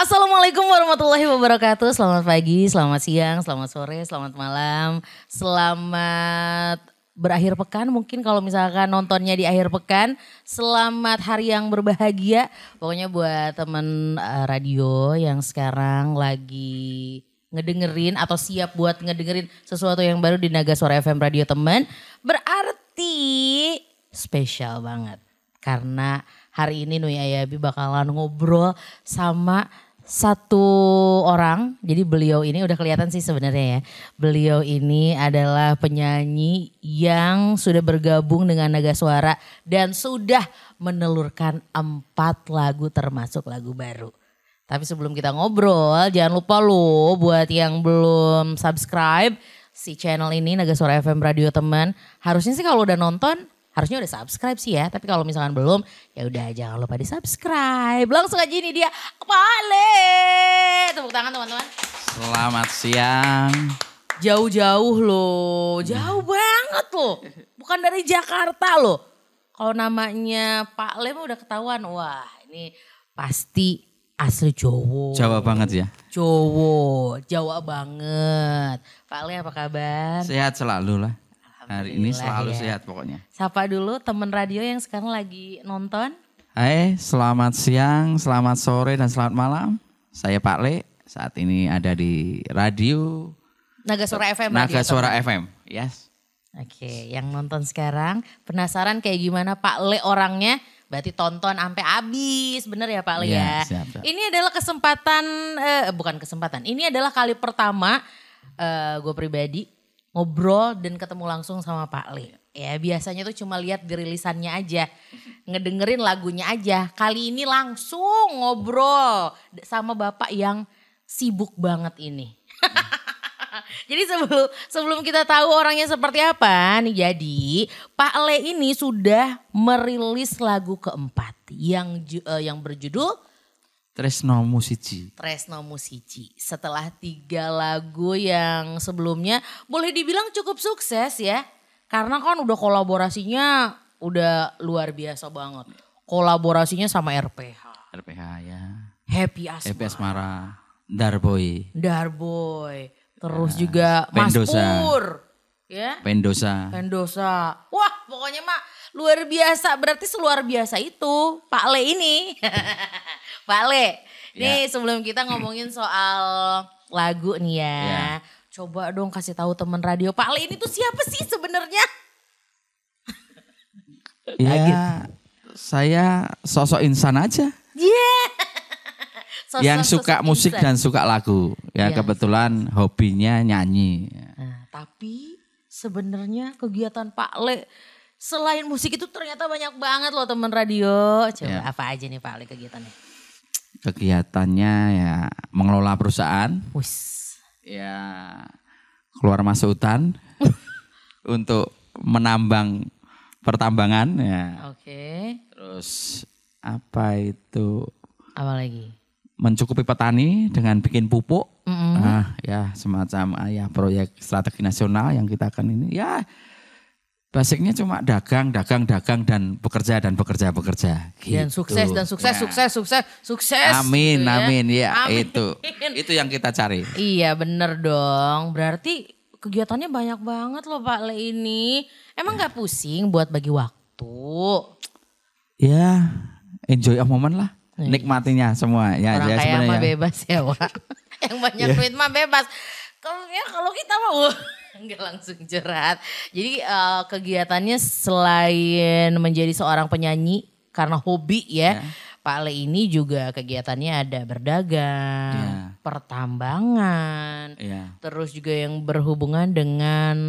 Assalamualaikum warahmatullahi wabarakatuh. Selamat pagi, selamat siang, selamat sore, selamat malam. Selamat berakhir pekan, mungkin kalau misalkan nontonnya di akhir pekan. Selamat hari yang berbahagia. Pokoknya buat teman radio yang sekarang lagi ngedengerin atau siap buat ngedengerin sesuatu yang baru di Naga Suara FM Radio teman. Berarti spesial banget. Karena hari ini Nui Ayabi bakalan ngobrol sama satu orang. Jadi beliau ini udah kelihatan sih sebenarnya ya. Beliau ini adalah penyanyi yang sudah bergabung dengan Naga Suara dan sudah menelurkan 4 lagu termasuk lagu baru. Tapi sebelum kita ngobrol, jangan lupa lo buat yang belum subscribe si channel ini Naga Suara FM Radio teman. Harusnya sih kalau udah nonton harusnya udah subscribe sih ya, tapi kalau misalkan belum, ya udah jangan lupa di subscribe. Langsung aja ini dia, Pale. Tepuk tangan teman-teman. Selamat siang. Jauh-jauh loh, jauh banget loh. Bukan dari Jakarta loh. Kalau namanya Pak Le mah udah ketahuan, wah ini pasti asli Jowo. Jawa banget ya. Jowo, Jawa banget. Pak Le apa kabar? Sehat selalu lah. Hari ini selalu ya. sehat pokoknya. Sapa dulu temen radio yang sekarang lagi nonton. Hai, selamat siang, selamat sore, dan selamat malam. Saya Pak Le, saat ini ada di radio Naga Suara FM. Naga Suara FM, yes. Oke, yang nonton sekarang penasaran kayak gimana Pak Le orangnya? Berarti tonton sampai habis, bener ya Pak Le ya? Siap. Ini adalah kesempatan, bukan kesempatan, ini adalah kali pertama gue pribadi ngobrol dan ketemu langsung sama Pak Le. Ya biasanya tuh cuma lihat di rilisannya aja, ngedengerin lagunya aja. Kali ini langsung ngobrol sama bapak yang sibuk banget ini. Jadi sebelum kita tahu orangnya seperti apa nih, jadi Pak Le ini sudah merilis lagu keempat yang berjudul Tresno Musiji. Tresno Musiji. Setelah 3 lagu yang sebelumnya boleh dibilang cukup sukses ya. Karena kan udah kolaborasinya udah luar biasa banget. Kolaborasinya sama RPH. RPH ya. Happy Asmara. Happy Asmara. Darboy. Terus juga Pendosa. Mas Pur. Ya. Pendosa. Wah pokoknya mah luar biasa. Berarti seluar biasa itu Pak Le ini. Pak Le, nih sebelum kita ngomongin soal lagu nih ya. Coba dong kasih tahu teman radio, Pak Le ini tuh siapa sih sebenarnya? Ya, saya sosok insan aja. Yang suka musik dan suka lagu. Ya kebetulan hobinya nyanyi. Nah, tapi sebenarnya kegiatan Pak Le selain musik itu ternyata banyak banget loh teman radio. Coba apa aja nih Pak Le kegiatannya? Kegiatannya ya mengelola perusahaan. Ya keluar masuk hutan untuk menambang pertambangan ya. Oke. Terus apa itu? Apa lagi? Mencukupi petani dengan bikin pupuk. Ya semacam ya proyek strategi nasional yang kita akan ini ya. Basicnya cuma dagang dan bekerja. Gitu. Dan sukses. Amin, gitu ya. Amin. Itu yang kita cari. Iya bener dong. Berarti kegiatannya banyak banget loh Pak Le ini. Emang gak pusing buat bagi waktu? Ya, enjoy a moment lah. Nikmatinya semua. Ya, orang ya, kaya mah ya. bebas ya Wak. Yang banyak duit mah bebas. Kalau kita mah enggak langsung curhat. Jadi kegiatannya selain menjadi seorang penyanyi karena hobi ya. Pak Le ini juga kegiatannya ada berdagang, pertambangan. Terus juga yang berhubungan dengan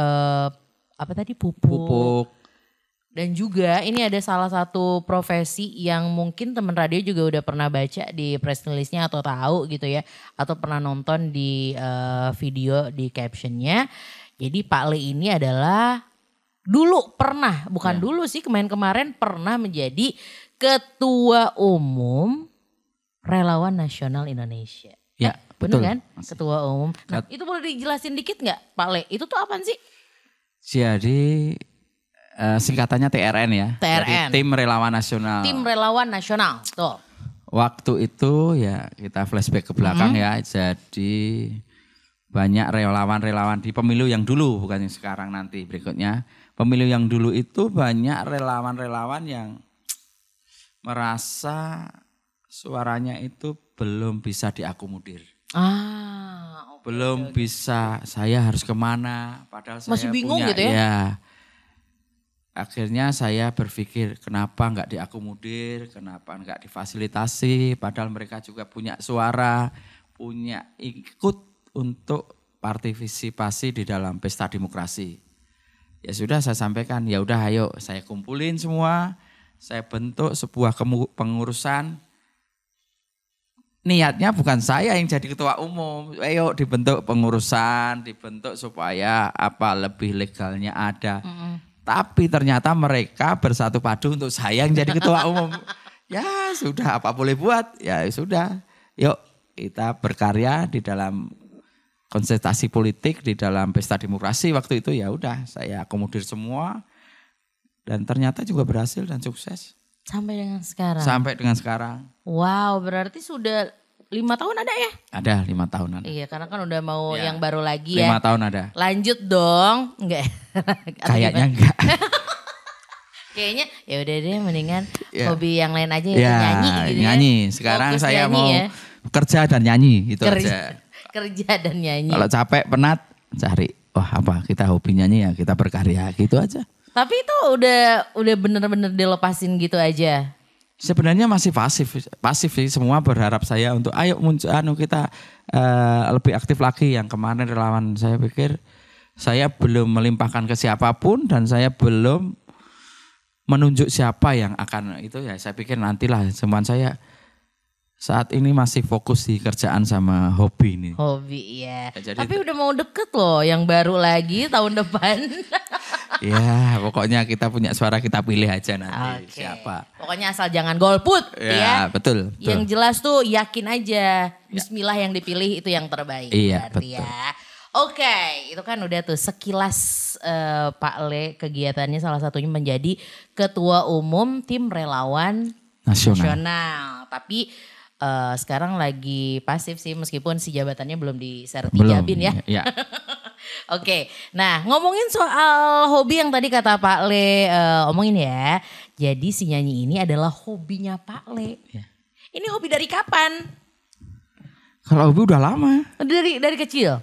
pupuk. Dan juga ini ada salah satu profesi yang mungkin teman radio juga udah pernah baca di press release-nya atau tahu gitu ya. Atau pernah nonton di video di captionnya. Jadi Pak Le ini adalah dulu pernah, dulu sih kemarin pernah menjadi Ketua Umum Relawan Nasional Indonesia. Ya betul. Benar kan? Ketua Umum. Nah itu boleh dijelasin dikit gak Pak Le? Itu tuh apaan sih? Jadi singkatannya TRN ya. TRN. Tim Relawan Nasional. Tim Relawan Nasional, tuh. waktu itu ya kita flashback ke belakang ya. Jadi banyak relawan-relawan di pemilu yang dulu, bukan yang sekarang nanti berikutnya. Pemilu yang dulu itu banyak relawan-relawan yang merasa suaranya itu belum bisa diakomodir. Belum bisa, saya harus kemana, padahal masih saya bingung punya, gitu ya? Akhirnya saya berpikir kenapa enggak diakomodir, kenapa enggak difasilitasi, padahal mereka juga punya suara, punya ikut untuk partisipasi di dalam pesta demokrasi. Ya sudah saya sampaikan, ya udah ayo saya kumpulin semua, saya bentuk sebuah pengurusan. Niatnya bukan saya yang jadi ketua umum, ayo dibentuk pengurusan, dibentuk supaya apa lebih legalnya ada. Tapi ternyata mereka bersatu padu untuk saya yang jadi ketua umum. Ya sudah, apa boleh buat, ya sudah. Yuk kita berkarya di dalam konsentrasi politik, di dalam pesta demokrasi waktu itu, ya udah saya akomodir semua. Dan ternyata juga berhasil dan sukses. Sampai dengan sekarang? Sampai dengan sekarang. Wow, berarti sudah 5 tahun ada ya? Ada 5 tahun ada. Iya, karena kan udah mau Ya, yang baru lagi ya. 5 tahun ada. Lanjut dong. Enggak. Kayaknya enggak. Kayaknya ya udah deh mendingan Ya. hobi yang lain aja ya, Ya, nyanyi gitu nyanyi. ya. Sekarang Fokus saya nyanyi mau ya. kerja dan nyanyi gitu aja. Kerja dan nyanyi. Kalau capek, penat, cari wah apa kita hobi nyanyi ya, kita berkarya gitu aja. Tapi itu udah bener-bener dilepasin gitu aja. Sebenarnya masih pasif sih. Semua berharap saya untuk ayo muncul kita lebih aktif lagi. Yang kemarin relawan saya pikir saya belum melimpahkan ke siapapun dan saya belum menunjuk siapa yang akan itu ya. Saya pikir nantilah, cuman saya saat ini masih fokus di kerjaan sama hobi ini. Hobi ya. Ya, jadi tapi udah mau deket loh yang baru lagi tahun depan. Ya pokoknya kita punya suara, kita pilih aja nanti Oke. siapa. Pokoknya asal jangan golput ya. Betul. Yang jelas tuh yakin aja. Bismillah yang dipilih itu yang terbaik. Iya, berarti betul. ya. Oke, itu kan udah tuh sekilas Pak Le kegiatannya salah satunya menjadi ketua umum tim relawan nasional. Tapi sekarang lagi pasif sih meskipun si jabatannya belum disertijabin ya. Ya. Oke, nah ngomongin soal hobi yang tadi kata Pak Le omongin ya. Jadi si nyanyi ini adalah hobinya Pak Le. Ya. Ini hobi dari kapan? Kalau hobi udah lama. Dari kecil?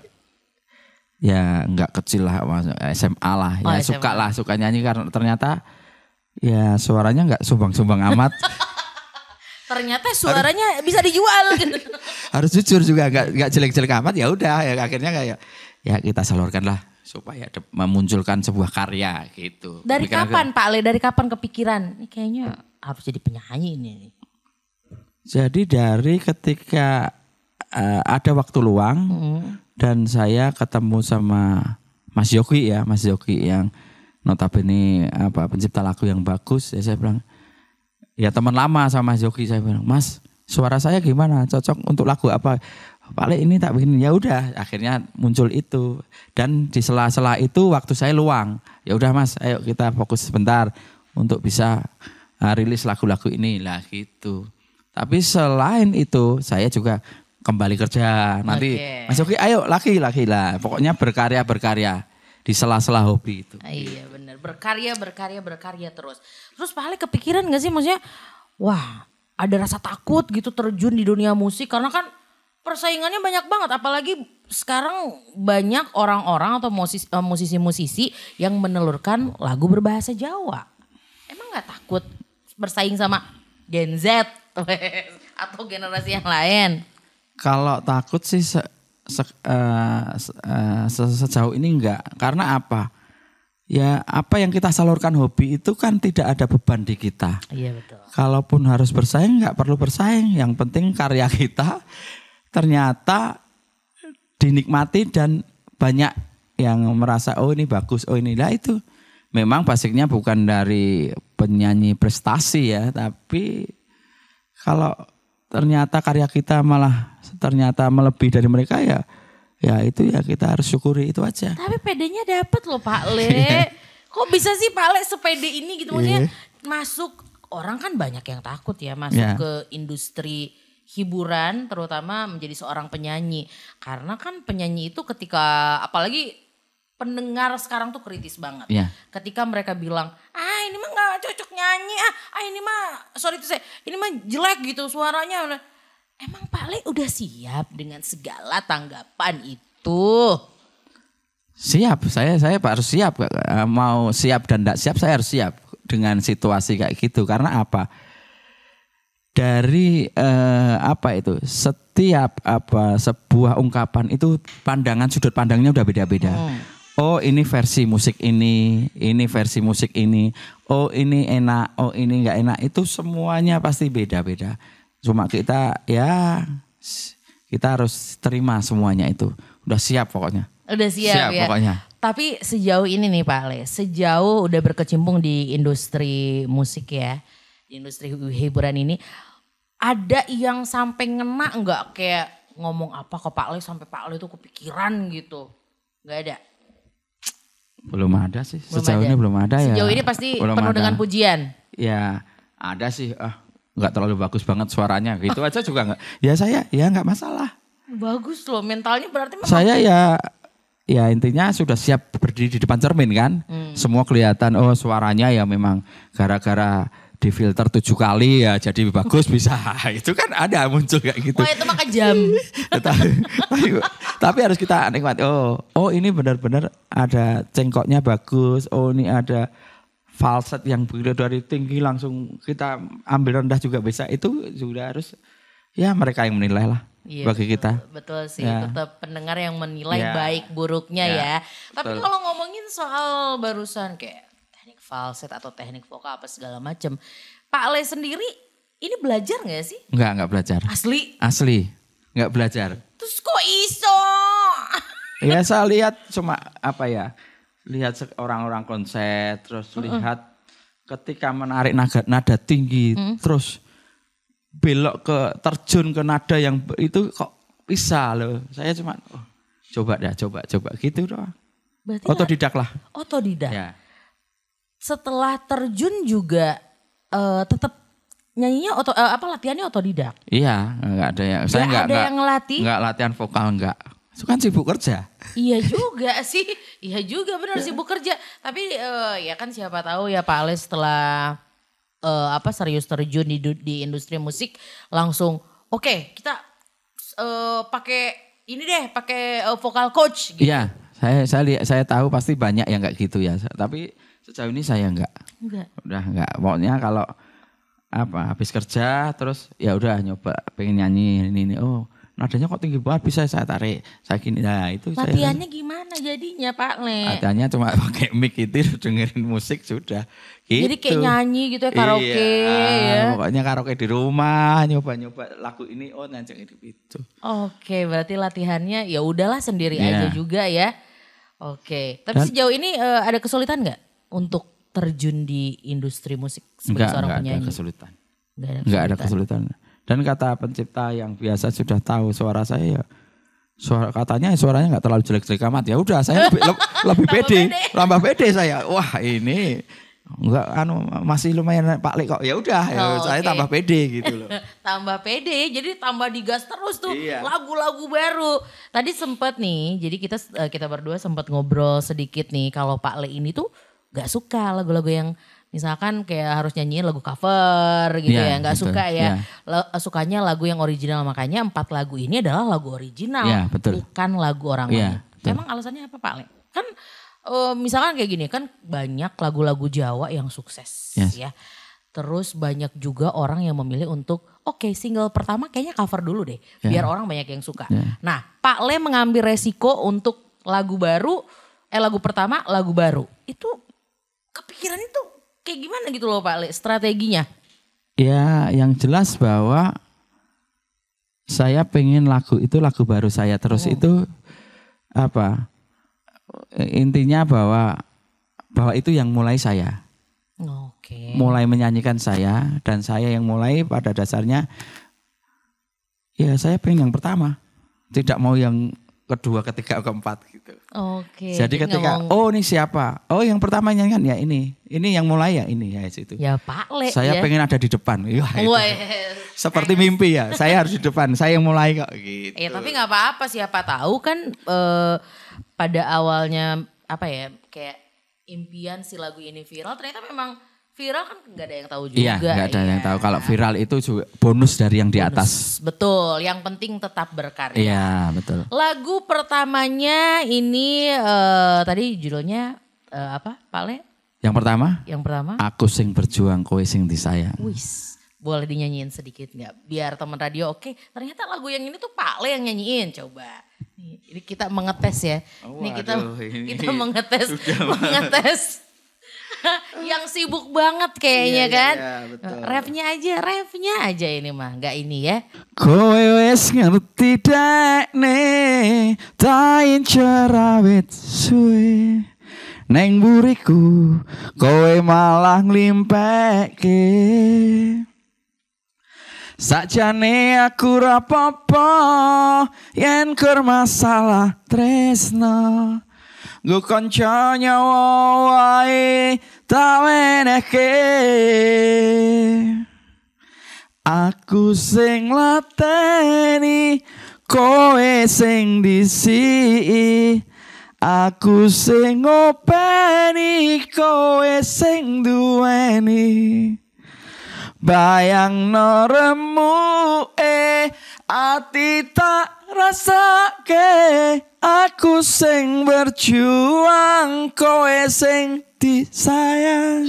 Ya enggak kecil lah, SMA lah. Ya SMA. suka nyanyi karena ternyata ya suaranya enggak sumbang-sumbang amat. Ternyata suaranya bisa dijual. Harus jujur juga, enggak jelek-jelek amat, ya udah ya akhirnya kayak ya kita salurkan lah supaya memunculkan sebuah karya gitu. Dari Pikiran kapan Pak Le? Dari kapan kepikiran? Ini kayaknya harus jadi penyanyi ini. Jadi dari ketika ada waktu luang dan saya ketemu sama Mas Yogi yang notabene pencipta lagu yang bagus, ya saya bilang ya teman lama sama Mas Yogi, saya bilang Mas suara saya gimana, cocok untuk lagu apa? Paling ini tak bikin, ya udah akhirnya muncul itu. Dan di sela-sela itu waktu saya luang, ya udah Mas ayo kita fokus sebentar untuk bisa rilis lagu-lagu ini lah gitu. Tapi selain itu saya juga kembali kerja. Nanti Mas Yogi ayo lagi lah. Pokoknya berkarya di sela-sela hobi itu. Iya benar, berkarya terus. Terus Pak Ale kepikiran gak sih maksudnya, wah ada rasa takut gitu terjun di dunia musik karena kan persaingannya banyak banget. Apalagi sekarang banyak orang-orang atau musisi-musisi yang menelurkan lagu berbahasa Jawa. Emang gak takut bersaing sama Gen Z atau generasi yang lain? Kalau takut sih sejauh ini enggak. Karena apa? Ya apa yang kita salurkan hobi itu kan tidak ada beban di kita. Iya betul. Kalaupun harus bersaing enggak perlu bersaing. Yang penting karya kita ternyata dinikmati dan banyak yang merasa oh ini bagus, oh inilah itu. Memang basicnya bukan dari penyanyi prestasi ya, tapi kalau ternyata karya kita malah ternyata melebihi dari mereka ya itu ya kita harus syukuri itu aja. Tapi pedenya dapet loh Pak Le. Kok bisa sih Pak Le sepede ini gitu maksudnya masuk orang kan banyak yang takut ya masuk ke industri hiburan, terutama menjadi seorang penyanyi. Karena kan penyanyi itu ketika, apalagi pendengar sekarang tuh kritis banget. Ketika mereka bilang, ini mah gak cocok nyanyi, ini mah, sorry itu saya, ini mah jelek gitu suaranya. Emang Pak Le udah siap dengan segala tanggapan itu? Siap, saya harus siap. Mau siap dan tidak siap, saya harus siap dengan situasi kayak gitu. Karena apa? Dari setiap sebuah ungkapan itu pandangan, sudut pandangnya udah beda-beda. Oh ini versi musik ini versi musik ini. Oh ini enak, oh ini nggak enak. Itu semuanya pasti beda-beda. Cuma kita harus terima semuanya itu. Udah siap pokoknya. Udah siap ya. Pokoknya. Tapi sejauh ini nih Pak Le, sejauh udah berkecimpung di industri musik ya, di industri hiburan ini, ada yang sampai ngena nggak kayak ngomong apa ke Pak Le sampai Pak Le tuh kepikiran gitu? Nggak ada? Belum ada sih, sejauh ini belum ada ya. Sejauh ini pasti penuh dengan pujian. Ya ada sih, nggak terlalu bagus banget suaranya, gitu aja juga nggak. Ya saya nggak masalah. Bagus loh, mentalnya berarti memang. Saya ya intinya sudah siap berdiri di depan cermin kan. Semua kelihatan, oh suaranya ya memang gara-gara difilter 7 kali ya jadi bagus bisa. Itu kan ada muncul kayak gitu. Wah itu mah kejam. tapi harus kita nikmati. Oh ini benar-benar ada cengkoknya bagus. Oh ini ada falset yang begitu dari tinggi langsung kita ambil rendah juga bisa. Itu juga harus ya mereka yang menilai lah. Iya, bagi kita. Betul sih, tetap pendengar yang menilai baik buruknya ya. Tapi kalau ngomongin soal barusan kayak teknik falset atau teknik vokal apa segala macam, Pak Le sendiri ini belajar nggak sih? Nggak belajar. Asli, nggak belajar. Terus kok iso? Ya saya lihat cuma lihat orang-orang konser, terus lihat ketika menarik nada tinggi, terus belok ke terjun ke nada yang itu kok bisa loh. Saya cuma coba gitu doang. Berarti otodidak lah. Otodidak. Ya. Setelah terjun juga tetap nyanyinya latihannya otodidak. Iya, enggak ada ya. Saya enggak yang ngelatih. Enggak latihan vokal enggak. Itu kan sibuk kerja. Iya juga sih. Iya juga benar sibuk kerja. Tapi ya kan siapa tahu ya Pak Ale setelah serius terjun di industri musik langsung oke, kita pakai vokal coach gitu. Iya, saya tahu pasti banyak yang kayak gitu ya. Tapi sejauh ini saya enggak. Udah enggak. Pokoknya kalau habis kerja terus ya udah nyoba pengen nyanyi ini. Oh, nadanya kok tinggi banget bisa saya tarik. Saya gini. Nah, itu latihannya gimana jadinya Pak Le? Latihannya cuma pakai mic itu dengerin musik sudah. Gitu. Jadi kayak nyanyi gitu ya karaoke ya. Pokoknya karaoke di rumah, nyoba-nyoba lagu ini nanti itu. Oke, berarti latihannya ya udahlah sendiri aja juga ya. Oke, tapi sejauh ini ada kesulitan nggak untuk terjun di industri musik sebagai seorang penyanyi? Enggak ada kesulitan. Dan kata pencipta yang biasa sudah tahu suara saya ya, suaranya nggak terlalu jelek-jelek amat. Ya udah saya lebih pede, tambah pede saya. Wah ini enggak masih lumayan Pak Le kok. Ya udah saya tambah pede gitu loh. Tambah pede, jadi tambah digas terus tuh lagu-lagu baru. Tadi sempat nih, jadi kita berdua sempat ngobrol sedikit nih kalau Pak Le ini tuh nggak suka lagu-lagu yang misalkan kayak harus nyanyiin lagu cover gitu ya, nggak suka ya. Sukanya lagu yang original, makanya 4 lagu ini adalah lagu original, bukan lagu orang lain. Emang alasannya apa Pak Le? Kan misalkan kayak gini kan banyak lagu-lagu Jawa yang sukses ya. Terus banyak juga orang yang memilih untuk single pertama kayaknya cover dulu deh, biar orang banyak yang suka. Nah Pak Le mengambil resiko untuk lagu baru, lagu pertama lagu baru. Itu kepikiran itu kayak gimana gitu loh Pak Le, strateginya? Ya yang jelas bahwa saya pengen lagu baru saya terus itu intinya bahwa itu yang mulai saya. Mulai menyanyikan saya dan saya yang mulai pada dasarnya ya saya pengen yang pertama. Tidak mau yang kedua, ketiga, keempat gitu. Oke. Jadi ketika ini siapa? Oh yang pertama nyanyikan ya ini yang mulai ya ini ya itu. Ya Pak Le. Saya pengen ada di depan. Ya, seperti mimpi ya. Saya harus di depan. Saya yang mulai kok gitu. Tapi nggak apa-apa, siapa tahu kan pada awalnya apa ya kayak impian si lagu ini viral, ternyata memang viral kan nggak ada yang tahu juga. Iya, nggak ada yang tahu. Kalau viral itu juga bonus dari yang di atas. Betul, yang penting tetap berkarya. Iya, betul. Lagu pertamanya ini tadi judulnya apa, Pak Le? Yang pertama? Yang pertama? Aku sing berjuang, kowe sing disayang. Wis, boleh dinyanyiin sedikit nggak? Biar teman radio oke, ternyata lagu yang ini tuh Pak Le yang nyanyiin, coba. Ini kita mengetes ya. Ini kita mengetes. Yang sibuk banget kayaknya kan. Iya, refnya aja ini mah, enggak ini ya. Kowe wis ngerti dekne, tain cerawet suwe. Neng buriku, kowe malah nglimpekke. Sakjane aku rapopo, yen kur masalah tresno. Gue konco nyawa wae taweneke. Aku sing lateni, kowe sing disi. Aku sing ngopeni, kowe sing duweni. Bayang noremu ati tak rasake. Aku sing berjuang, kowe sing disayang.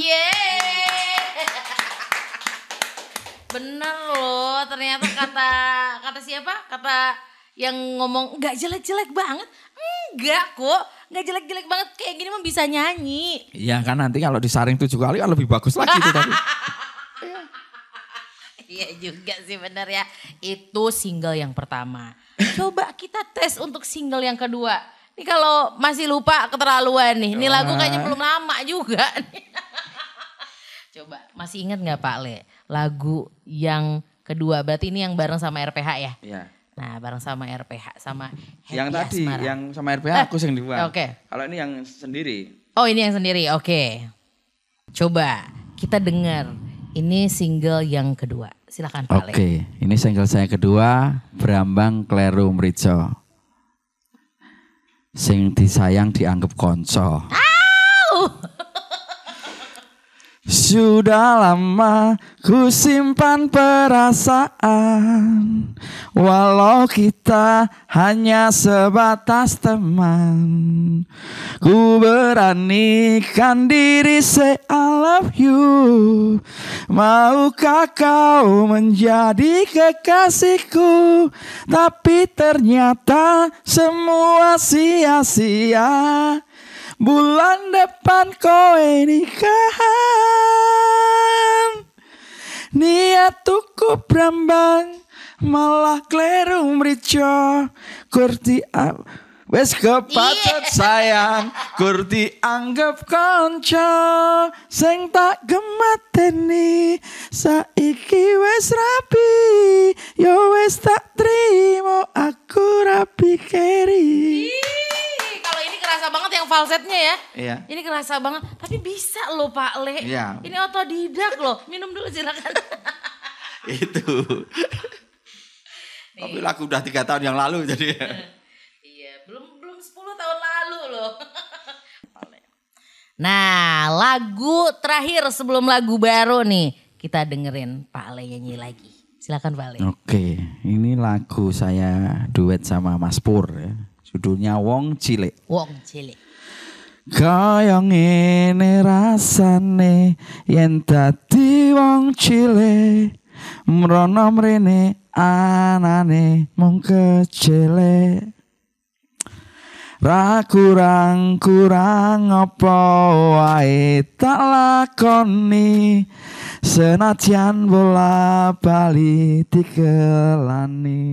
Bener loh, ternyata kata siapa? Kata yang ngomong nggak jelek-jelek banget. Enggak kok, nggak jelek-jelek banget, kayak gini mah bisa nyanyi. Iya kan nanti kalau disaring 7 kali kan lebih bagus lagi tuh tadi. Iya juga sih bener ya. Itu single yang pertama. Coba kita tes untuk single yang kedua. Ini kalau masih lupa keterlaluan nih. Ini lagu kayaknya belum lama juga. Coba masih ingat gak Pak Le? Lagu yang kedua berarti ini yang bareng sama RPH ya? Iya. Nah bareng sama RPH sama Happy yang tadi Asmara. yang sama RPH aku sing dua. Oke. Kalau ini yang sendiri. Oh ini yang sendiri, oke. Coba kita dengar. Ini single yang kedua. Silakan Pak Le. Oke, ini single saya kedua, Brambang Kleru Mrijo. Sing disayang dianggap konco. Sudah lama ku simpan perasaan, walau kita hanya sebatas teman. Ku beranikan diri say I love you. Maukah kau menjadi kekasihku? Tapi ternyata semua sia-sia. Bulan depan kowe nikahan. Niat tuku brambang malah kleru mrijo. Kurti wes kepacet sayang, kurti anggap konco. Sing tak gemateni saiki wes rapi. Yo wes tak trimo aku rapi keri. Kalau ini kerasa banget yang falsetnya ya. Iya. Ini kerasa banget. Tapi bisa loh Pak Le. Iya. Ini otodidak loh. Minum dulu silakan. Itu. Tapi lagu udah 3 tahun yang lalu jadi. Iya, belum 10 tahun lalu loh. Nah, lagu terakhir sebelum lagu baru nih. Kita dengerin Pak Le nyanyi lagi. Silakan Pak Le. Oke, ini lagu saya duet sama Mas Pur ya. Judulnya Wong Cilik. Wong Cilik. Kaya ngene rasane yen dadi wong cilik, mrono mrene anane mung kecilek. Ra kurang apa wae tak lakoni, senajan bola bali dikelani.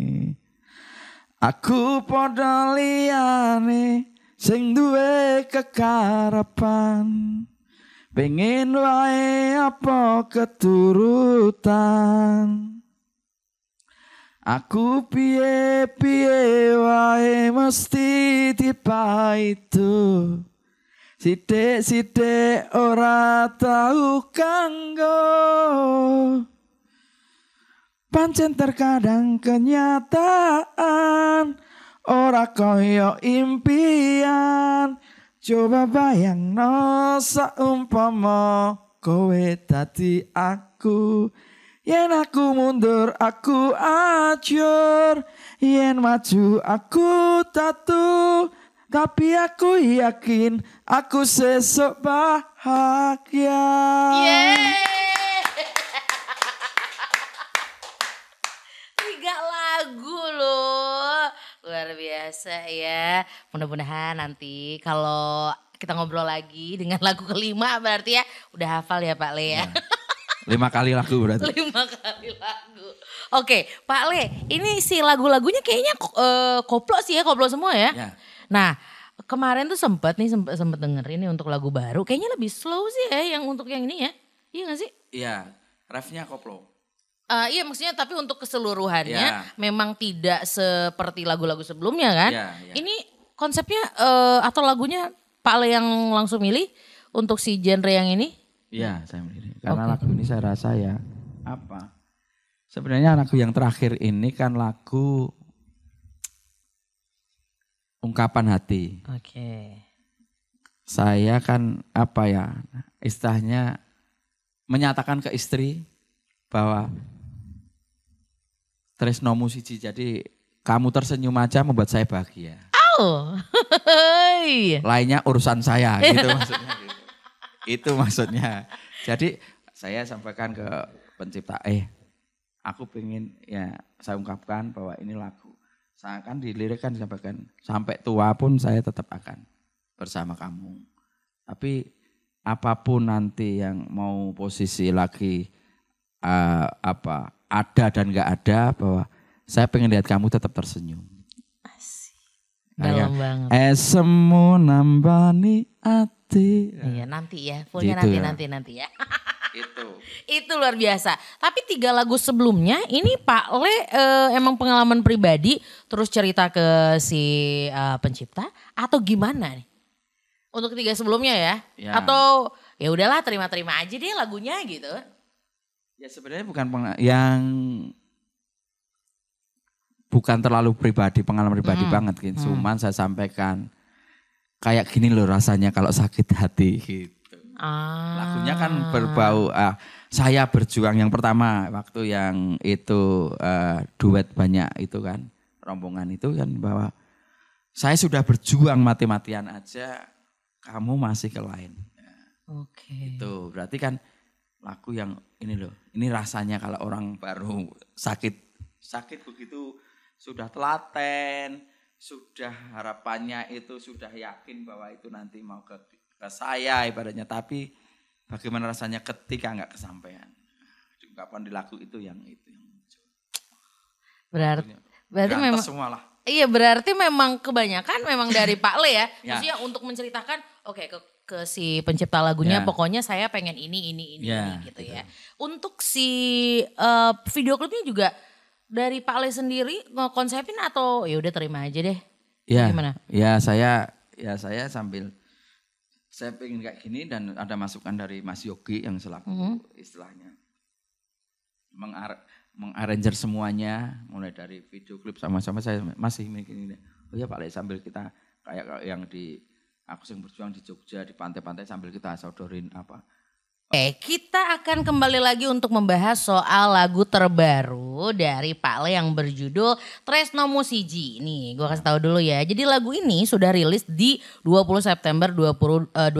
Aku padha liyane sing duwe kekarepan, pengen wae apa keturutan. Aku piye-piye wae mesti dipaitu. Sithik-sithik ora tau kanggo. Pancen terkadang kenyataan ora koyo impian. Coba bayangno saumpama kowe dadi aku. Yen aku mundur aku ajur, yen maju aku tatu, tapi aku yakin aku sesuk bahagia. Tiga lagu loh, luar biasa ya. Mudah-mudahan nanti kalau kita ngobrol lagi dengan lagu kelima berarti ya udah hafal ya Pak Le ya. 5 kali lagu berarti. 5 kali lagu. Oke, Pak Le, ini si lagu-lagunya kayaknya koplo sih ya, koplo semua ya. Ya. Nah, kemarin tuh sempet dengerin nih untuk lagu baru. Kayaknya lebih slow sih ya yang untuk yang ini ya. Iya gak sih? Iya, refnya koplo. Iya maksudnya tapi untuk keseluruhannya Ya. memang tidak seperti lagu-lagu sebelumnya kan. Ya, ya. Ini konsepnya atau lagunya Pak Le yang langsung milih untuk si genre yang ini? Iya, saya milih. Karena lagu ini saya rasa ya apa? Sebenarnya lagu yang terakhir ini kan lagu ungkapan hati. Oke. Saya kan apa ya? Istilahnya menyatakan ke istri bahwa tresnomu siji, jadi kamu tersenyum aja membuat saya bahagia. Oh. Lainnya urusan saya gitu maksudnya gitu. Itu maksudnya. Jadi saya sampaikan ke pencipta, aku pengen ya saya ungkapkan bahwa ini lagu. Saya kan di lirik kan disampaikan sampai tua pun saya tetap akan bersama kamu. Tapi apapun nanti yang mau posisi lagi ada dan nggak ada, bahwa saya pengen lihat kamu tetap tersenyum. Dalam banget. Esemu nambani ati. Iya nanti ya, fullnya Gitu nanti ya. Itu. Itu luar biasa. Tapi 3 lagu sebelumnya ini Pak Le emang pengalaman pribadi terus cerita ke si pencipta atau gimana nih? Untuk 3 sebelumnya ya? Ya. Atau ya udahlah terima-terima aja deh lagunya gitu. Ya sebenarnya bukan terlalu pribadi, pengalaman pribadi banget gitu. Cuman saya sampaikan kayak gini loh rasanya kalau sakit hati gitu. Lagunya kan berbau saya berjuang yang pertama waktu yang itu duet banyak itu kan, rombongan itu kan, bahwa saya sudah berjuang mati-matian aja, kamu masih ke lain. Oke. Itu berarti kan lagu yang ini loh, ini rasanya kalau orang baru sakit begitu sudah telaten, sudah harapannya itu sudah yakin bahwa itu nanti mau ke saya ibaratnya, tapi bagaimana rasanya ketika nggak kesampaian. Diungkapkan di lagu itu yang muncul. Berarti memang semua lah. Iya berarti memang kebanyakan memang dari Pak Le ya. Ya. Maksudnya untuk menceritakan ke si pencipta lagunya Ya. pokoknya saya pengen ini Ya, gitu gitu. ya. Untuk si video klipnya juga dari Pak Le sendiri ngekonsepin atau ya udah terima aja deh. Ya, Gimana? ya saya sambil saya pengen kayak gini dan ada masukan dari Mas Yogi yang selaku istilahnya mengarranger semuanya, mulai dari video klip sama-sama saya masih mikir, oh ya Pak Le, sambil kita kayak yang di Aku Sing Berjuang di Jogja di pantai-pantai sambil kita sodorin apa. Kita akan kembali lagi untuk membahas soal lagu terbaru dari Pak Le yang berjudul Tresnomu Siji. Nih gue kasih tahu dulu ya. Jadi lagu ini sudah rilis di 20 September 2023.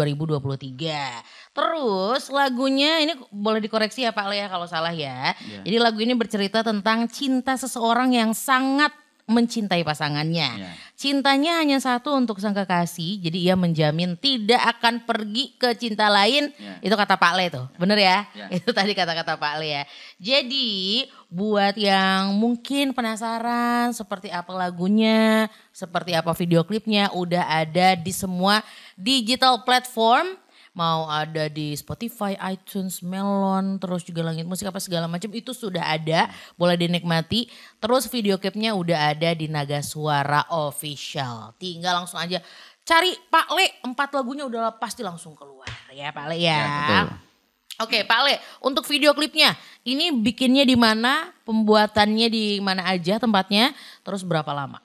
Terus lagunya ini boleh dikoreksi ya Pak Le ya kalau salah ya. Jadi lagu ini bercerita tentang cinta seseorang yang sangat mencintai pasangannya. Cintanya hanya satu untuk sang kekasih, jadi ia menjamin tidak akan pergi ke cinta lain. Itu kata Pak Le tuh, bener ya? Itu tadi kata-kata Pak Le ya. Jadi buat yang mungkin penasaran seperti apa lagunya, seperti apa video klipnya, udah ada di semua digital platform. mau ada di Spotify, iTunes, Melon, terus juga Langit Musik apa segala macam itu sudah ada, boleh dinikmati. Terus video klipnya udah ada di Naga Suara Official. Tinggal langsung aja cari Pak Le, 4 lagunya udah pasti langsung keluar ya Pak Le ya. Ya, betul. Oke Pak Le, untuk video klipnya ini bikinnya di mana, pembuatannya di mana aja tempatnya, terus berapa lama?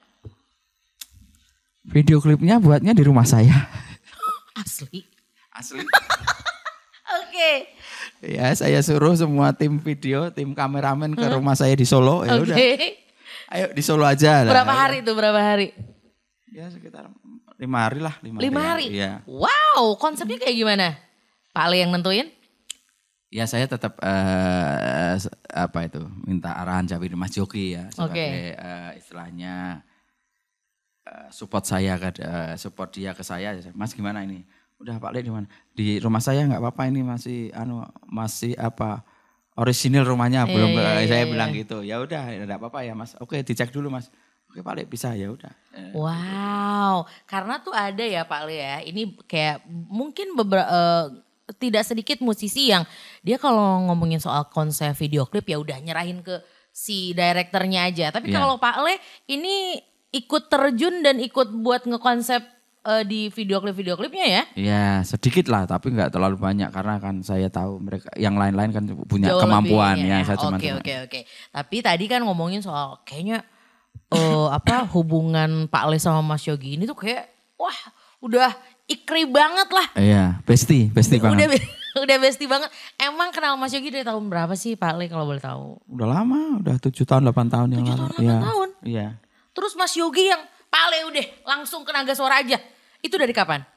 Video klipnya buatnya di rumah saya. Asli. Oke. Ya saya suruh semua tim video, tim kameramen ke rumah saya di Solo. Ya udah. Ayo di Solo aja. Berapa hari itu? Berapa hari? Ya sekitar 5 hari lah. 5 hari? Iya. Wow, konsepnya kayak gimana? Pak Le yang nentuin? Ya saya tetap minta arahan dari Mas Joki ya sebagai istilahnya support saya support dia ke saya. Mas gimana ini? Udah Pak Le di mana? Di rumah saya nggak apa-apa ini masih orisinil rumahnya belum saya bilang gitu. Ya udah enggak apa-apa ya Mas. Oke, dicek dulu Mas. Oke Pak Le bisa ya udah. Wow, karena tuh ada ya Pak Le ya. Ini kayak mungkin tidak sedikit musisi yang dia kalau ngomongin soal konsep video klip ya udah nyerahin ke si direkturnya aja. Tapi kalau Pak Le ini ikut terjun dan ikut buat ngekonsep di video klipnya ya? Iya sedikit lah tapi nggak terlalu banyak karena kan saya tahu mereka yang lain-lain kan punya jauh kemampuan lebih, ya. Saya cuma Oke. Tapi tadi kan ngomongin soal kayaknya hubungan Pak Le sama Mas Yogi ini tuh kayak wah udah ikri banget lah. Iya, bestie banget. Udah bestie banget. Emang kenal Mas Yogi dari tahun berapa sih Pak Le kalau boleh tahu? Udah lama, udah 7 tahun 8 tahun yang lalu. 7 tahun 8 tahun? Iya. Terus Mas Yogi yang Pak Le udah langsung ke Naga Suara aja. Itu dari kapan?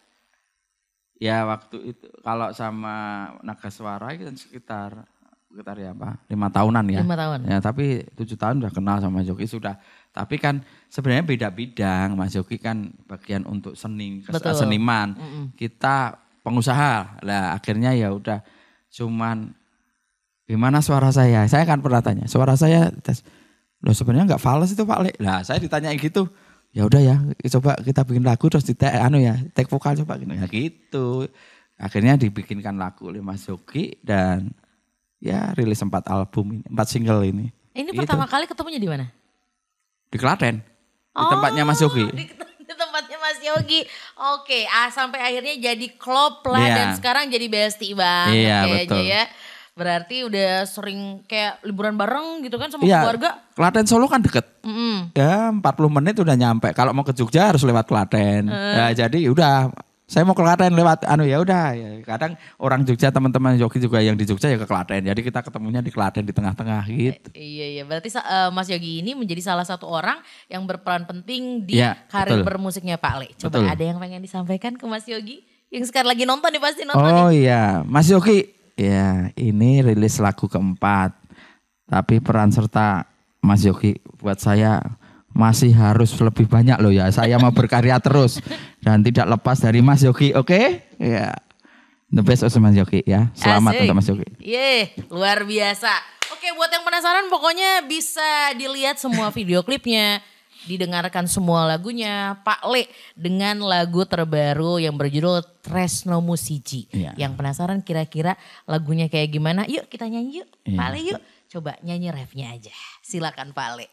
Ya waktu itu kalau sama Naga Suara itu sekitar 5 tahunan ya. 5 tahun. Ya tapi 7 tahun udah kenal sama Mas Yogi sudah. Tapi kan sebenarnya beda bidang. Mas Yogi kan bagian untuk seniman. Kita pengusaha. Lah akhirnya ya udah cuman gimana suara saya? Saya kan pernah tanya, suara saya loh sebenarnya enggak fals itu Pak Le. Lah saya ditanya gitu. Ya udah ya, coba kita bikin lagu terus take vokal coba gitu. Ya gitu. Akhirnya dibikinkan lagu oleh Mas Yogi dan ya rilis 4 album ini, 4 single ini. Ini gitu. Pertama kali ketemunya di mana? Di Klaten. Di tempatnya Mas Yogi. Di tempatnya Mas Yogi. Oke, sampai akhirnya jadi klop lah dan sekarang jadi bestie banget. Iya, betul. Ya. Berarti udah sering kayak liburan bareng gitu kan sama keluarga. Klaten Solo kan deket. Ya 40 menit udah nyampe. Kalau mau ke Jogja harus lewat Klaten. Ya jadi udah saya mau ke Klaten lewat ya udah. Ya, kadang orang Jogja teman-teman Yogi juga yang di Jogja ya ke Klaten. Jadi kita ketemunya di Klaten di tengah-tengah gitu. Iya. Berarti Mas Yogi ini menjadi salah satu orang yang berperan penting di karir bermusiknya Pak Le. Coba ada yang pengen disampaikan ke Mas Yogi? Yang sekarang lagi nonton nih pasti nonton. Oh iya, Mas Yogi. Ya, ini rilis lagu keempat. Tapi peran serta Mas Yogi buat saya masih harus lebih banyak loh ya. Saya mau berkarya terus dan tidak lepas dari Mas Yogi, oke? Ya. The best of Mas Yogi ya. Selamat untuk Mas Yogi. Luar biasa. Oke, buat yang penasaran pokoknya bisa dilihat semua video klipnya. Didengarkan semua lagunya Pak Le dengan lagu terbaru yang berjudul Tresno Musiji. Yang penasaran kira-kira lagunya kayak gimana? Yuk kita nyanyi yuk. Pak Le yuk. Coba nyanyi refnya aja. Silakan Pak Le.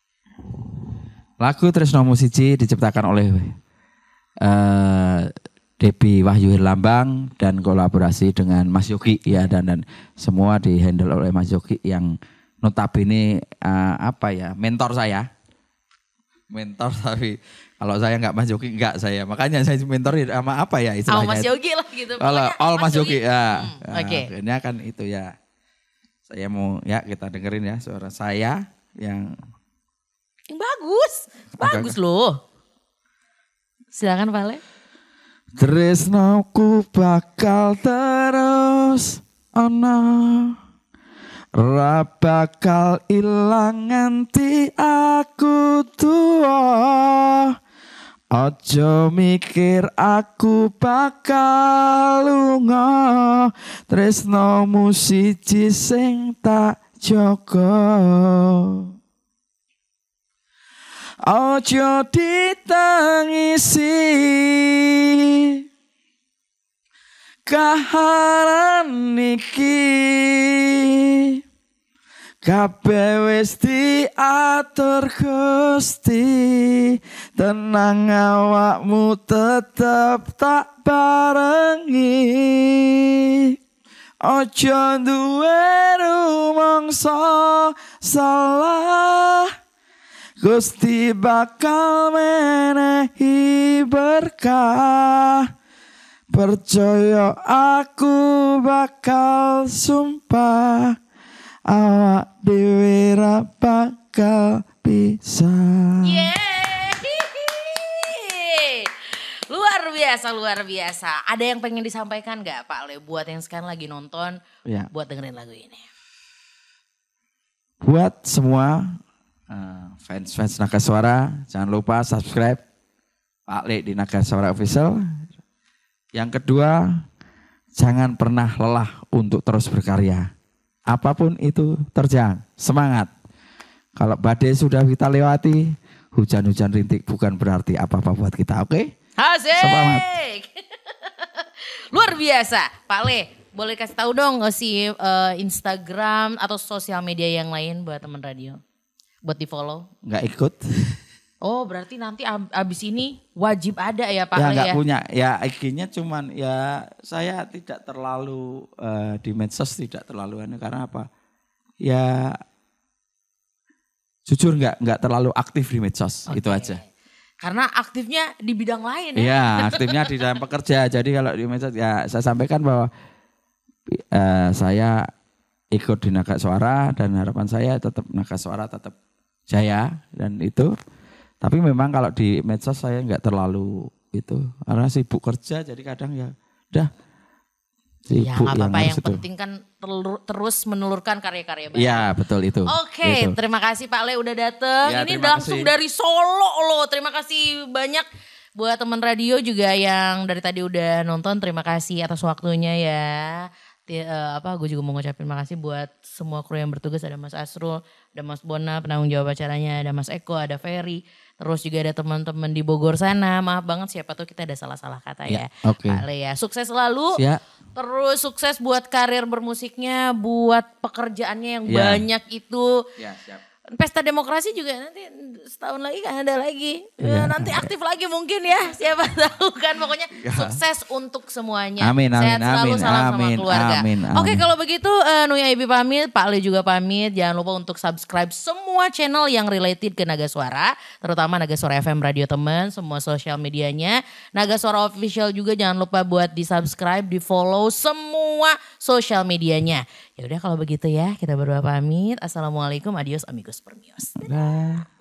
Lagu Tresno Musiji diciptakan oleh Debbie Wahyu Herlambang dan kolaborasi dengan Mas Yogi ya dan semua dihandle oleh Mas Yogi yang notabene mentor saya. Mentor tapi kalau saya enggak Mas Yogi enggak saya. Makanya saya mentorin sama apa ya istilahnya. Mas Yogi lah gitu. Kalau Mas Yogi ya. Oke. Akhirnya kan itu ya. Saya mau kita dengerin ya suara saya yang bagus. Bagus loh. Silakan Pak Le. Tresnoku bakal terus Ra bakal ilang nganti aku tua. Ojo mikir aku bakal lunga. Tresnomu siji sing tak jaga. Ojo ditangisi kahanan iki kabeh wis diatur Gusti, tenang awakmu tetep tak barengi. Ojo duwe rumangsa salah, Gusti bakal menehi berkah. Percaya aku bakal sumpah, awak dhewe ra bakal bisa. Luar biasa. Ada yang pengen disampaikan gak Pak Le buat yang sekarang lagi nonton, buat dengerin lagu ini? Buat semua fans Naga Suara, jangan lupa subscribe Pak Le di Naga Suara Official. Yang kedua, jangan pernah lelah untuk terus berkarya. Apapun itu terjang, semangat. Kalau badai sudah kita lewati, hujan-hujan rintik bukan berarti apa-apa buat kita, oke? Asik! Semangat. Luar biasa. Pak Le, boleh kasih tahu dong si Instagram atau sosial media yang lain buat teman radio? Buat di follow? Nggak ikut. Oh berarti nanti abis ini wajib ada ya Pak Ya Le nggak ya? punya, ya IG-nya cuman ya saya tidak terlalu di medsos tidak terlalu karena apa? Ya jujur nggak terlalu aktif di medsos, itu aja. Karena aktifnya di bidang lain ya? Iya, aktifnya di dalam pekerja. Jadi kalau di medsos ya saya sampaikan bahwa saya ikut di Naga Suara dan harapan saya tetap Naga Suara tetap jaya dan itu. Tapi memang kalau di medsos saya nggak terlalu itu karena sibuk kerja jadi kadang ya udah sibuk. Ya nggak apa-apa, yang penting kan terus menelurkan karya-karya baru. Iya betul itu. Oke, terima kasih Pak Le udah dateng. Ya, ini langsung dari Solo loh. Terima kasih banyak buat teman radio juga yang dari tadi udah nonton. Terima kasih atas waktunya ya. Gue juga mau ngucapin makasih buat semua kru yang bertugas. Ada Mas Asrul, ada Mas Bona penanggung jawab acaranya, ada Mas Eko, ada Ferry, terus juga ada teman-teman di Bogor sana. Maaf banget siapa tuh kita ada salah-salah kata ya. Pak Le ya, sukses selalu. Siap. Terus sukses buat karir bermusiknya, buat pekerjaannya yang banyak itu. Ya, siap. Pesta demokrasi juga nanti setahun lagi kan ada lagi. Nanti aktif lagi mungkin ya, siapa tahu kan. Pokoknya sukses untuk semuanya. Amin, Sehat selalu, salam sama keluarga. Amin. Oke, kalau begitu Nuya Ibi pamit, Pak Le juga pamit. Jangan lupa untuk subscribe semua channel yang related ke Naga Suara. Terutama Naga Suara FM Radio Teman, semua sosial medianya. Naga Suara Official juga jangan lupa buat di subscribe, di follow semua sosial medianya. Ya udah kalau begitu ya, kita berdua pamit. Assalamualaikum, adios amigos permios. Dah.